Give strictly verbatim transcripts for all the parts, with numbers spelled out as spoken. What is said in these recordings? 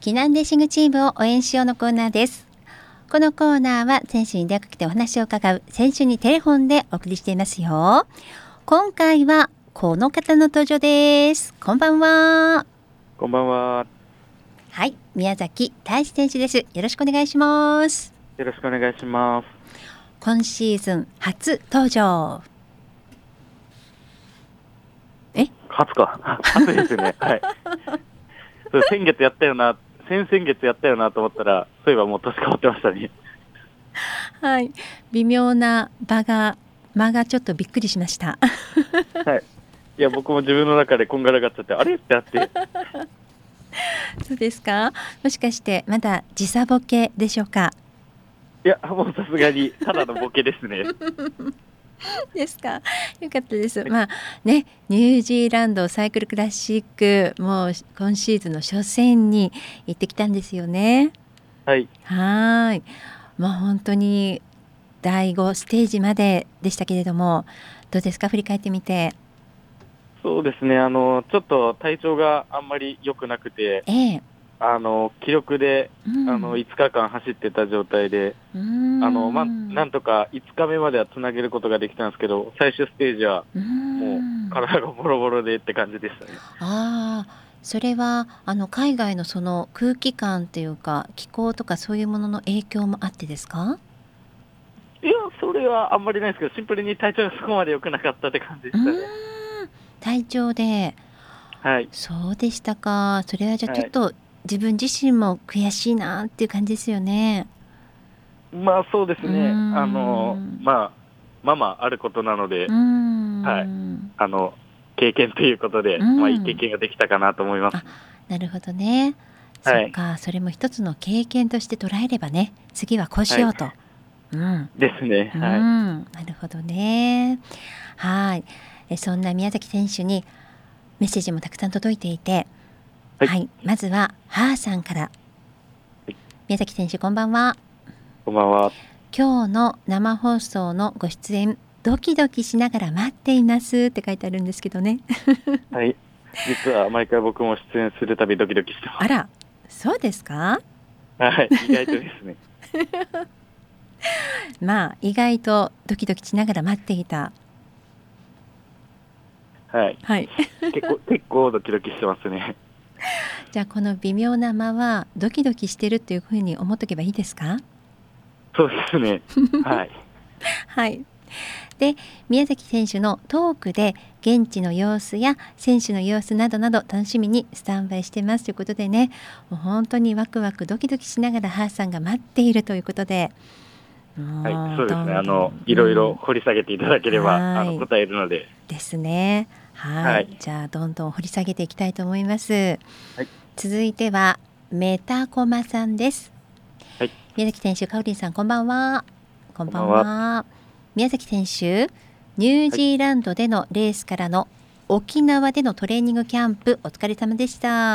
避難レーシングチームを応援しようのコーナーです。このコーナーは選手に電話かけてお話を伺う選手にテレフォンでお送りしていますよ。今回はこの方の登場です。こんばんは。 こんばんは。 はい、宮崎大志選手です。よろしくお願いします。 よろしくお願いします。 今シーズン初登場。え初か初ですねはいそう先月やったよな先々月やったよなと思ったら、そういえばもう年変わってましたねはい、微妙な場が間がちょっとびっくりしましたはい、いや僕も自分の中でこんがらがっちゃってあれってあってそうですか。もしかしてまだ時差ボケでしょうか。 いやもうさすがにただのボケですねですか。よかったです。まあね、ニュージーランドサイクルクラシック、もう今シーズンの初戦に行ってきたんですよね。 はい。 はい。まあ本当にだいごステージまででしたけれども、どうですか、振り返ってみて。 そうですね、あのちょっと体調があんまり良くなくて、 ええ、 あの記録で、 うん、 あのいつかかん走ってた状態で、 うーんあのま、なんとかいつかめまではつなげることができたんですけど、最終ステージはうーもうん体がボロボロでって感じでしたね。 ああ、それはあの海外のその空気感っていうか気候とかそういうものの影響もあってですか？ いや、それはあんまりないですけど、シンプルに体調がそこまで良くなかったって感じでうしたね。 ーん、体調で、 はい。 そうでしたか。それはじゃあはい。 ちょっと自分自身も悔しいなっていう感じですよね。 まあそうでうーすね。あの、 ん、 まあ、まあまああることなのうーで、はい。 ん、 あの、経験ということうで、まあいい経ん。 験ができたかなと思います。 あ、なるほどね。そはい。 っか、それも一つの経験として捉えればね、次はこうしはい。 ようと。うん。 ですね。 うーはい。 ん、なるほどね。はい。えそんな宮崎選手にメッセージもたくさん届いていて、 はい。 はい、まずはハーさんから。 はい、 宮崎選手こんばんは。 こんばんは。 今日の生放送のご出演ドキドキしながら待っていますって書いてあるんですけどね。 はい。実は毎回僕も出演するたびドキドキしてまあら、そうですか。 す。はい。意外とですね。 まあ意外とドキドキしながら待っていた。 はい。 はい。 結構、結構ドキドキしてますね。 じゃあこの微妙な間はドキドキしてるっていうふうに思っとけばいいですか？ そうですね。はい。 はい。で、宮崎選手のトークで現地の様子や選手の様子などなど楽しみにスタンバイしてますということでね、もう本当にワクワクドキドキしながらハーさんが待っているということで、 はい、 もうそうですね。 どんどん、 あの、いろいろ掘り下げていただければ、あの、 はい答えるので。 ですね。はい。 はい。 じゃあどんどん掘り下げていきたいと思います。 はい。 続いてはメタコマさんです。 はい。 宮崎選手、カオリンさんこんばんは。こんばんこんばんは。 は。宮崎選手、ニュージーランドでのレースからの沖縄でのトレーニングキャンプお疲れ様でした。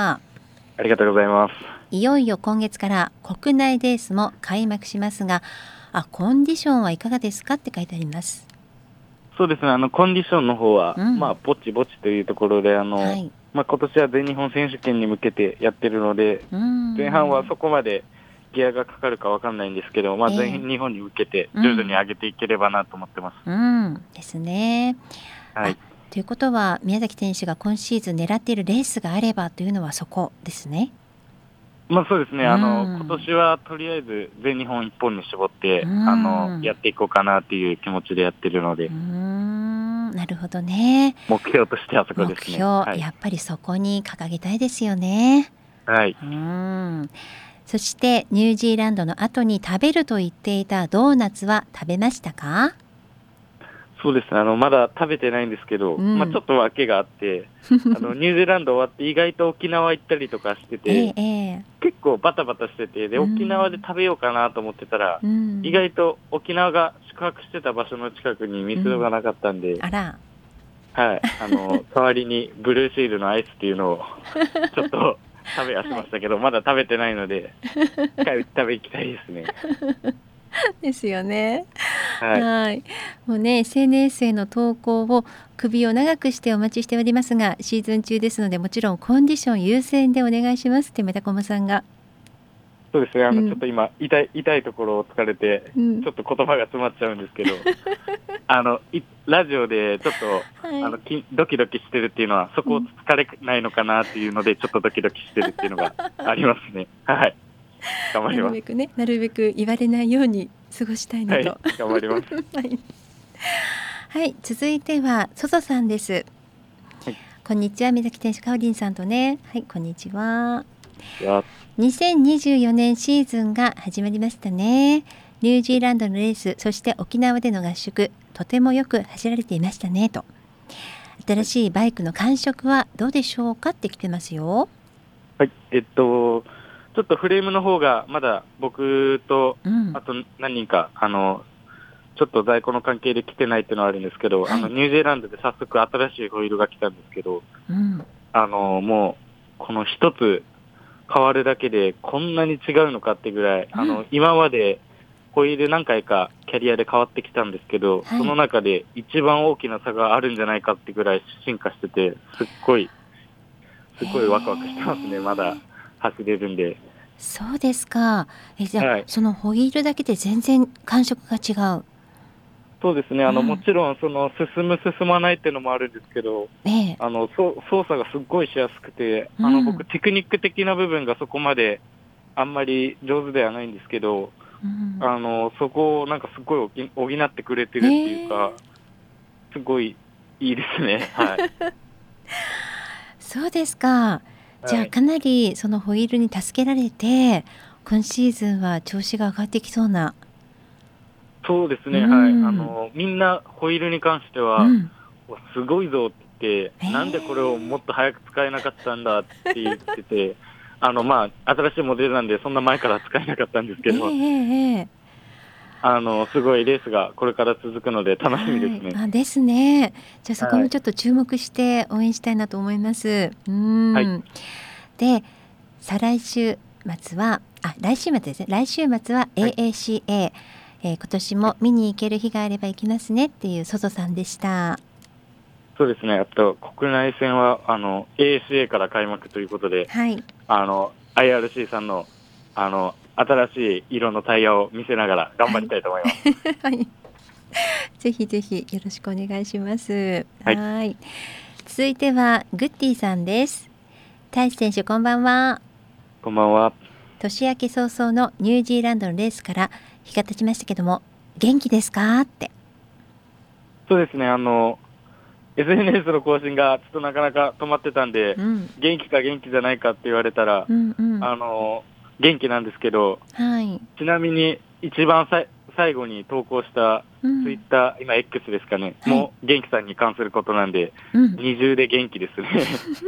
ありがとうございます。 いよいよ今月から国内レースも開幕しますが、あ、コンディションはいかがですかって書いてあります。 そうですね。あの、コンディションの方は、 うん、 まあ、ぼちぼちというところで、あの、 はい、 まあ、今年は全日本選手権に向けてやってるので、 うん、 前半はそこまでギアがかかるかわかんないんですけど、まあ、 ええ全日本に向けて徐々に上げていければなと思ってます。 うん、うん、ですね。あ、 はい。 ということは宮崎選手が今シーズン狙っているレースがあればというのはそこですね。 まあそうですね、 うあの、 ん、 今年はとりあえず全日本一本に絞っうて、あの、 ん、 やっていこうかなっていう気持ちでやってるので、 うーん、なるほどね。 目標としてはそこ目ですね。 標、 はい。 やっぱりそこに掲げたいですよね。 はい。 うーん。そしてニュージーランドの後に食べると言っていたドーナツは食べましたか？ そうですね、あの、まだ食べてないんですけど、 うん、 まあちょっと訳があって、あの、ニュージーランド終わって意外と沖縄行ったりとかしてええて、 ええ、 結構バタバタしてて、で、 う沖縄でん、 食べようかなと思ってたら、 うん、 意外と沖縄が宿泊してた場所の近くにミスドがなかったんで、 あら、 はい、あの、代わりにブルーシールのアイスっていうのをちょっと食べはしましたけど、まだ食べてないので、近いうち食べ行きたいですね。 ですよね。 はい。 はい。もうね、エスエヌエス への投稿を首を長くしてお待ちしておりますが、シーズン中ですので、もちろんコンディション優先でお願いしますってメタコマさんがそうですね、あの、 うん、 ちょっと今痛い痛いところを突かれて、 うん、 ちょっと言葉が詰まっちゃうんですけど、あのいラジオでちょっとあのはい。 きドキドキしてるっていうのは、そこをうん。 突かれないのかなっていうので、ちょっとドキドキしてるっていうのがありますね。はい、頑張なります。 るべくね、なるべく言われないように過ごしたいなと。 はい、頑張ります。 はい。はい、続いてはソソさんです。 はい、 こんにちは、水木選手、カオリンさんとね。はい、こんにちは。 いや、 にせんにじゅうよねんシーズンが始まりましたね。ニュージーランドのレース、そして沖縄での合宿、とてもよく走られていましたねと。新しいバイクの感触はどうでしょうかって来てますよ。 はい、えっと、ちょっとフレームの方がまだ僕と、 うん。 あと何人か、あの、ちょっと在庫の関係で来てないっていうのはあるんですけど、あの、 はい。 ニュージーランドで早速新しいホイールが来たんですけど、 うん。 あの、もう、この一つ変わるだけでこんなに違うのかってぐらい、あの、 うん。 今までホイール何回かキャリアで変わってきたんですけど、そのはい。 中で一番大きな差があるんじゃないかってぐらい進化してて、すっごい、すへっごいワクワクしてますね、まだえ。 走れるんで。 そうですか。え、じゃあ、 はい。 そのホイールだけで全然感触が違う。 そうですね、あの、もうん。 ちろん、その、進む、進まないっていうのもあるんですけど、 ええ。 あの、そう操作がすっごいしやすくて、あの、僕、 うん。 テクニック的な部分がそこまであんまり上手ではないんですけど、 うん。 あの、そこをなんかすごい補補ってくれてへるっていうか、 え。 すごいいいですね。はい。 そうですか。じゃあ、 はい。 かなりそのホイールに助けられて、今シーズンは調子が上がってきそうな。 そうですうね、はい。あん。 の、みんなホイールに関しては、 うん。 おすごいぞって言って、 へなんでこれをもえ。 っと早く使えなかったんだって言ってて、あの、まあ、新しいモデルなんで、そんな前から使えなかったんですけええど、 ええええ。 あの、すごいレースがこれから続くので楽しみではい。 すね。 あ、ですね。じゃあ、そこはい。 もちょっと注目して応援したいなと思います。うはい。 ん。で、再来週末は、あ、来週末ですね。来週末ははい。 エーエーシーエー、えー今年はい。 も見に行ける日があれば行きますねっていうソソさんでした。 そうですね。あと、国内戦は、あの、エーエスエー から開幕ということで、 はい。 あの、アイアールシー さんの、あの、新しい色のタイヤを見せながら頑張りはい。 たいと思います。 はい。ぜひぜひよろしくお願いします。 はい。 はい。続いてはグッディさんです。大志選手こんばんは。 こんばんは。 年明け早々のニュージーランドのレースから日が経ちましたけども、元気ですかって。 そうですね。あの、エスエヌエス の更新がちょっとなかなか止まってたんで、 うん。 元気か元気じゃないかって言われたら、 うんうん。 あの、元気なんですけど、 はい。 ちなみに一番さい最後に投稿したうん。 ツイッター、今 X ですかね、 はい。 もう元気さんに関することなんで、 うん。 二重で元気ですね。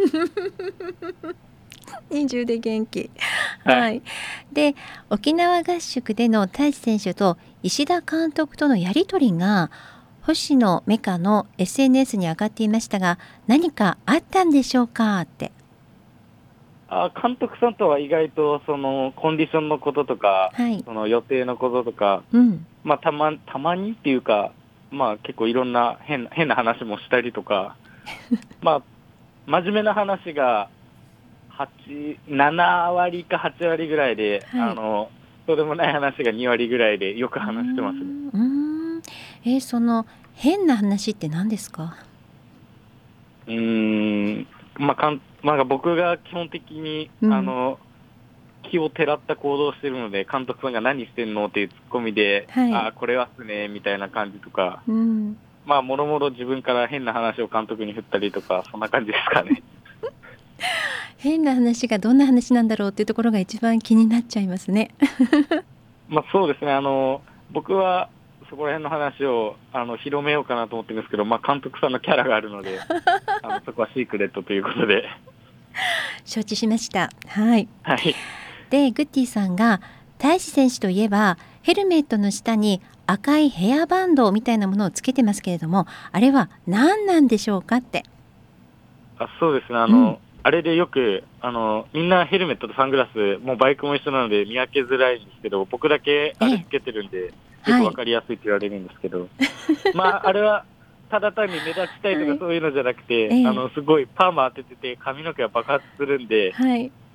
にじゅうで元気。 はい。 はい。で、沖縄合宿での太一選手と石田監督とのやり取りが星野メカの エスエヌエス に上がっていましたが、何かあったんでしょうかって。 あ、監督さんとは意外とそのコンディションのこととか、 はい。 その予定のこととか、 うん。 まあたま、たまにっていうか、まあ結構いろんな変な、変な話もしたりとか、まあ、真面目な話がはち、なな割かはち割ぐらいで、 はい。 あの、そうでもない話がに割ぐらいでよくうー話してますね。 ん。うーん。えーその変な話って何ですか？ うーん、まあ、かん、まあ、僕が基本的に、 うん。 あの、気をてらった行動をしてるので、監督さんが何してんのっていうツッコミで、 はい。 ああ、これはっすね、みたいな感じとか、 うん。 まあ、もろもろ自分から変な話を監督に振ったりとか、そんな感じですかね。 変な話がどんな話なんだろうっていうところが一番気になっちゃいますね。 まあ、そうですね、あの、僕は、そこら辺の話をあの広めようかなと思ってるんですけど、まあ、監督さんのキャラがあるので、あのそこはシークレットということで、 承知しました。はい。 はい。 で、グッディさんが大志選手といえばヘルメットの下に赤いヘアバンドみたいなものをつけてますけれども、あれは何なんでしょうかって。 あ、そうですね。あうん。 の、あれでよく、あの、みんなヘルメットとサングラス、もうバイクも一緒なので見分けづらいんですけど、僕だけええ。 あれつけてるんで、よくはい。 わかりやすいって言われるんですけど、まあ、あれは、ただ単に目立ちたいとはい。 かそういうのじゃなくて、あええ。 の、すごいパーマ当ててて髪の毛が爆発するんで、 はい。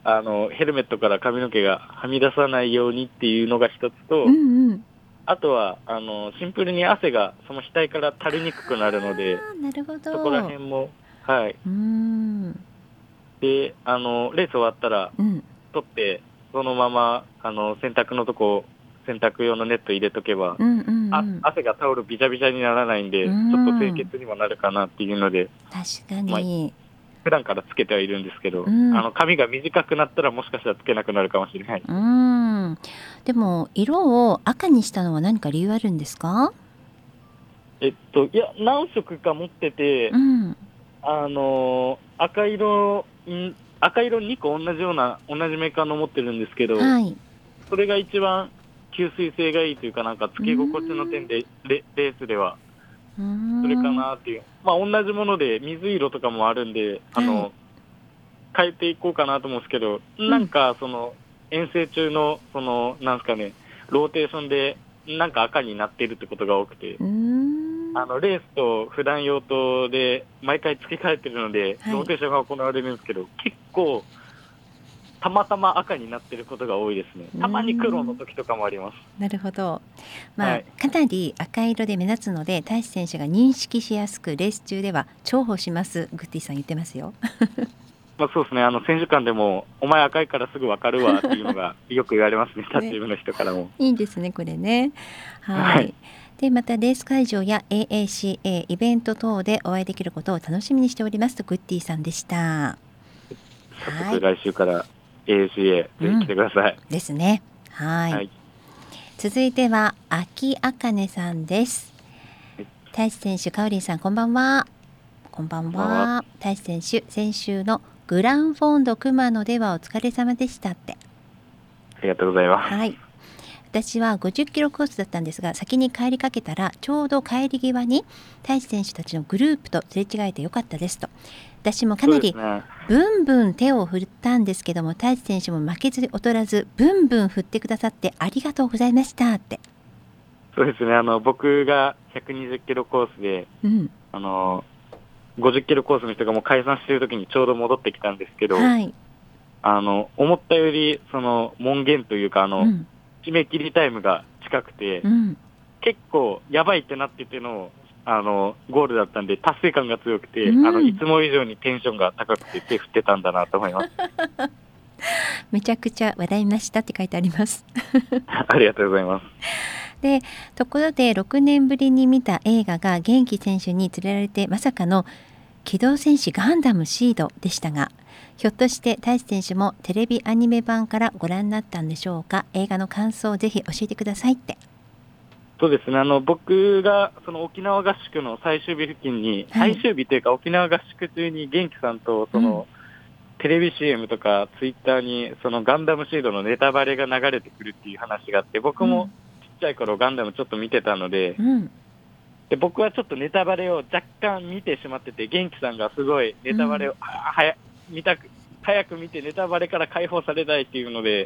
あのヘルメットから髪の毛がはみ出さないようにっていうのが一つと、 うんうん、 あとはあのシンプルに汗がその額から垂れにくくなるので、 あなるほど。 そこら辺も、はい。 うーん、 で、あのレース終わったらうん、 取ってそのままあの洗濯のとこ洗濯用のネット入れとけば、 うんうんうあん、 汗がタオルびちゃびちゃにならないんうで、ちょっと清ん、 潔にもなるかなっていうので、 確かまあ、 に。 普段からつけてはいるんですけど、 うん、 あの髪が短くなったらもしかしたらつけなくなるかもしれない。 うーん。でも色を赤にしたのは何か理由あるんですか？ えっと、いや、何色か持ってて、 うん、 あの赤色、ん赤色にこ同じような、同じメーカーの持ってるんですけど、 はい。 それが一番吸水性がいいというか、なんかつけ心地の点で、レレースでは、 うーそれかん、 なっていう。まあ、同じもので、水色とかもあるんで、あはい。 の、変えていこうかなと思うんですけど、 うん、 なんか、その、遠征中の、その、なんですかね、ローテーションで、なんか赤になってるってことが多くて、 うーん、 あの、レースと普段用とで、毎回付け替えてるので、 はい。 ローテーションが行われるんですけど、結構、たまたま赤になってることが多いですね。 うーたまに黒のん、 時とかもあります。 なるほど。まあ、 はい。 かなり赤色で目立つので、大志選手が認識しやすく、レース中では重宝します。グッディさん言ってますよ。 まあ、そうですね、あの、選手間でも、お前赤いからすぐわかるわっていうのがよく言われますね、他チね、 ームの人からも。 いいんですね、これね。ははい。 い。で、またレース会場や エーエーシーエー イベント等でお会いできることを楽しみにしておりますとグッディさんでした。 早はい。 速来週から エーエーシーエー、ぜひ来うん。 てください。 ですね。はい。 はい。 続いては秋あかねさんです。大志選手、かおりんさん、こんばんは。こんばんこんばんは。 は。大志選手、先週のグランフォンド熊野ではお疲れ様でしたって。 ありがとうございます。 はい。私はごじゅっキロコースだったんですが、先に帰りかけたらちょうど帰り際に大志選手たちのグループとすれ違えてよかったですと。私もかなりそうですね。 ブンブン手を振ったんですけども、大志選手も負けず劣らずブンブン振ってくださってありがとうございましたって。 そうですね。あの、僕がひゃくにじゅっキロコースで、 うん、 あの、ごじゅっキロコースの人がもう解散している時にちょうど戻ってきたんですけど、 はい、 あの、思ったより、その、門限というか、あの、 うん、 締め切りタイムが近くて、 うん、 結構やばいってなってての、あの、ゴールだったんで、達成感が強くて、あの、いうん、 つも以上にテンションが高くて手振ってたんだなと思います。 めちゃくちゃ笑いましたって書いてあります。 ありがとうございます。 で、ところでろくねんぶりに見た映画が元気選手に連れられてまさかの機動戦士ガンダムシードでしたが、ひょっとして大志選手もテレビアニメ版からご覧になったんでしょうか。映画の感想をぜひ教えてくださいって。 そうですね、あの、僕が、その沖縄合宿の最終日付近に、 はい、 最終日というか沖縄合宿中に元気さんと、 うん、 その、テレビ シーエム とかツイッターに、そのガンダムシードのネタバレが流れてくるっていう話があって、僕もうん、 ちっちゃい頃ガンダムちょっと見てたので、 うん、 で僕はちょっとネタバレを若干見てしまってて、元気さんがすごいネタバレを、はや見たく早く見てネタバレから解放されたいっていうのでうん、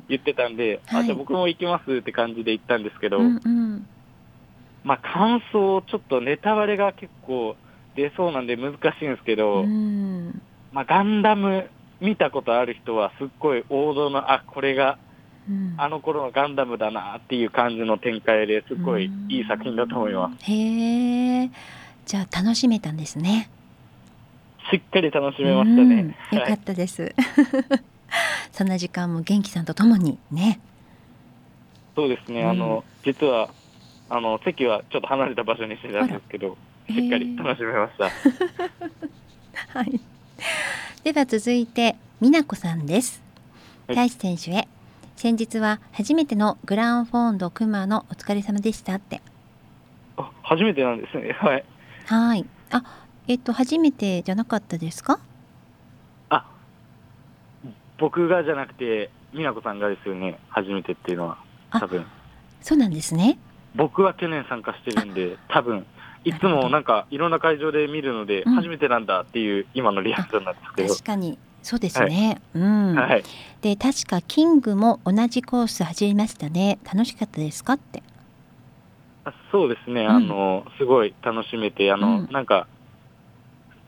言ってたんで、あ、 はい、 じゃあ僕も行きますって感じで行ったんですけど、 うん、うん、 まあ感想、ちょっとネタバレが結構出そうなんで難しいんですけうど、 ん、 まあガンダム見たことある人はすっごい王道の、あ、これがうん、 あの頃のガンダムだなっていう感じの展開ですっごいいい作品だと思います。 へえ、じゃあ楽しめたんですね。 しっかり楽しうめましたね。 ん、よかっはい。 たです。そんな時間も元気さんとともにね。 そうですね。 うん、 あの、実は、あの、席はちょっと離れた場所にしてたんであら、 すけど、 へしっかりえ、 楽しめました。 はい。では続いて美奈子さんです。 はい。 大志選手へ。先日は初めてのグランフォンド熊のお疲れ様でしたって。 あ、初めてなんですね。はい。 はい。あ、えっと初めてじゃなかったですか？ あ、僕がじゃなくて、美奈子さんがですよね。初めてっていうのは、 あ、 多分。 そうなんですね。 僕は去年参加してるんで、多分、いつなるほど。 もなんかいろんな会場で見るので、 うん。 初めてなんだっていう今のリアクションなんですけど。 確かにそうですはい。 ね。うん。 はい。 で、確かキングも同じコース走りましたね。楽しかったですかって。 あ、そうですね。 うん。 あの、すごい楽しめて、あの、 うん。 なんか、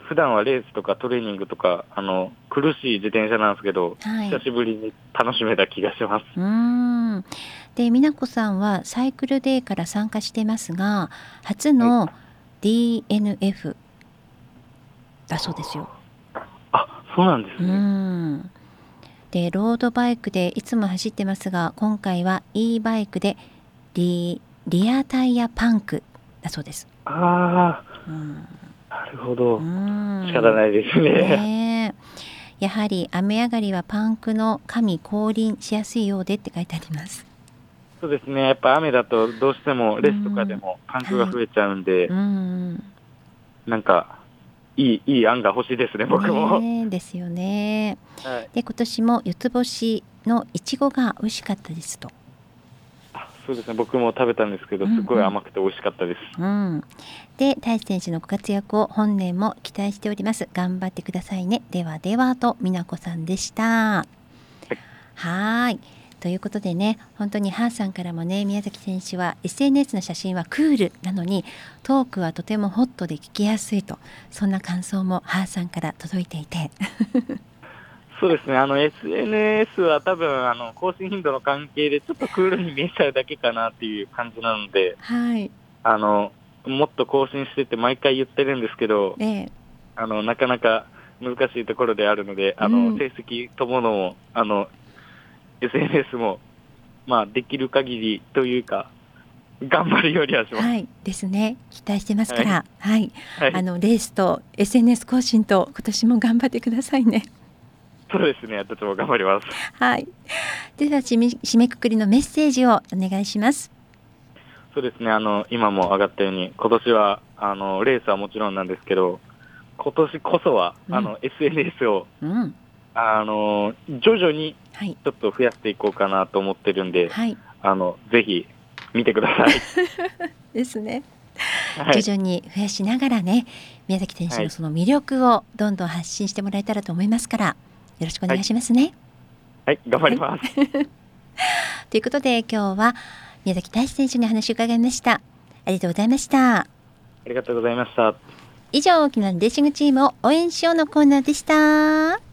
普段はレースとかトレーニングとか、あの、苦しい自転車なんですけど、 はい、 久しぶりに楽しめた気がします。 うーん。で、美奈子さんはサイクルデーから参加してますが、初の ディーエヌエフ だそうですよ。 あ、そうなんですうね。 ん。で、ロードバイクでいつも走ってますが、今回は e バイクでリ、リアタイヤパンクだそうです。 あうん、 あ、なるほど。 うん仕方ないですね。 ねえ、やはり雨上がりはパンクの神降臨しやすいようでって書いてあります。 そうですね。やっぱ雨だとどうしてもレースとかでもパンクが増えちゃうんで、 うん、 なんかいいいい案が欲しいですね、僕も。 ねえですよね。 はい。 で、今年も四つ星のいちごが美味しかったですと。 あ、そうですね。僕も食べたんですけど、 うんうんすごい甘くて美味しかったです。 うん、で、太一選手のご活躍を本年も期待しております。頑張ってくださいね。ではではと美奈子さんでした。はい。ということでね、本当にハーさんからもね、宮崎選手は エスエヌエス の写真はクールなのにトークはとてもホットで聞きやすいと、そんな感想もハーさんから届いていてそうですね。あの エスエヌエス は多分あの更新頻度の関係でちょっとクールに見えちゃうだけかなっていう感じなので、 はい、 あのもっと更新してって毎回言ってるんですけど、 ね、 あのなかなか難しいところであるので、あの、 うん、 成績とものもあの エスエヌエス もまあできる限りというか頑張るようにはします。 はいですね。期待してますから、はい、 はい、 あのレースと エスエヌエス 更新と今年も頑張ってくださいね。 そうですね。私も頑張ります。 はい。では締め、締めくくりのメッセージをお願いします。 そうですね。あの今も上がったように、今年はあのレースはもちろんなんですけど、今年こそは、 うん、 あの エスエヌエス を、 うん、 あの徐々にはい、 ちょっと増やしていこうかなと思ってるんで、 はい、 あのぜひ見てください。 ですね。 はい、 徐々に増やしながらね、宮崎選手のその魅力をどんどん発信してもらえたらと思いますから、よろしくお願いしますね。 はい、頑張ります。 はい、ということで今日は宮崎大志選手に話を伺いました。ありがとうございました。 ありがとうございました。 以上、沖縄レーシングチームを応援しようのコーナーでした。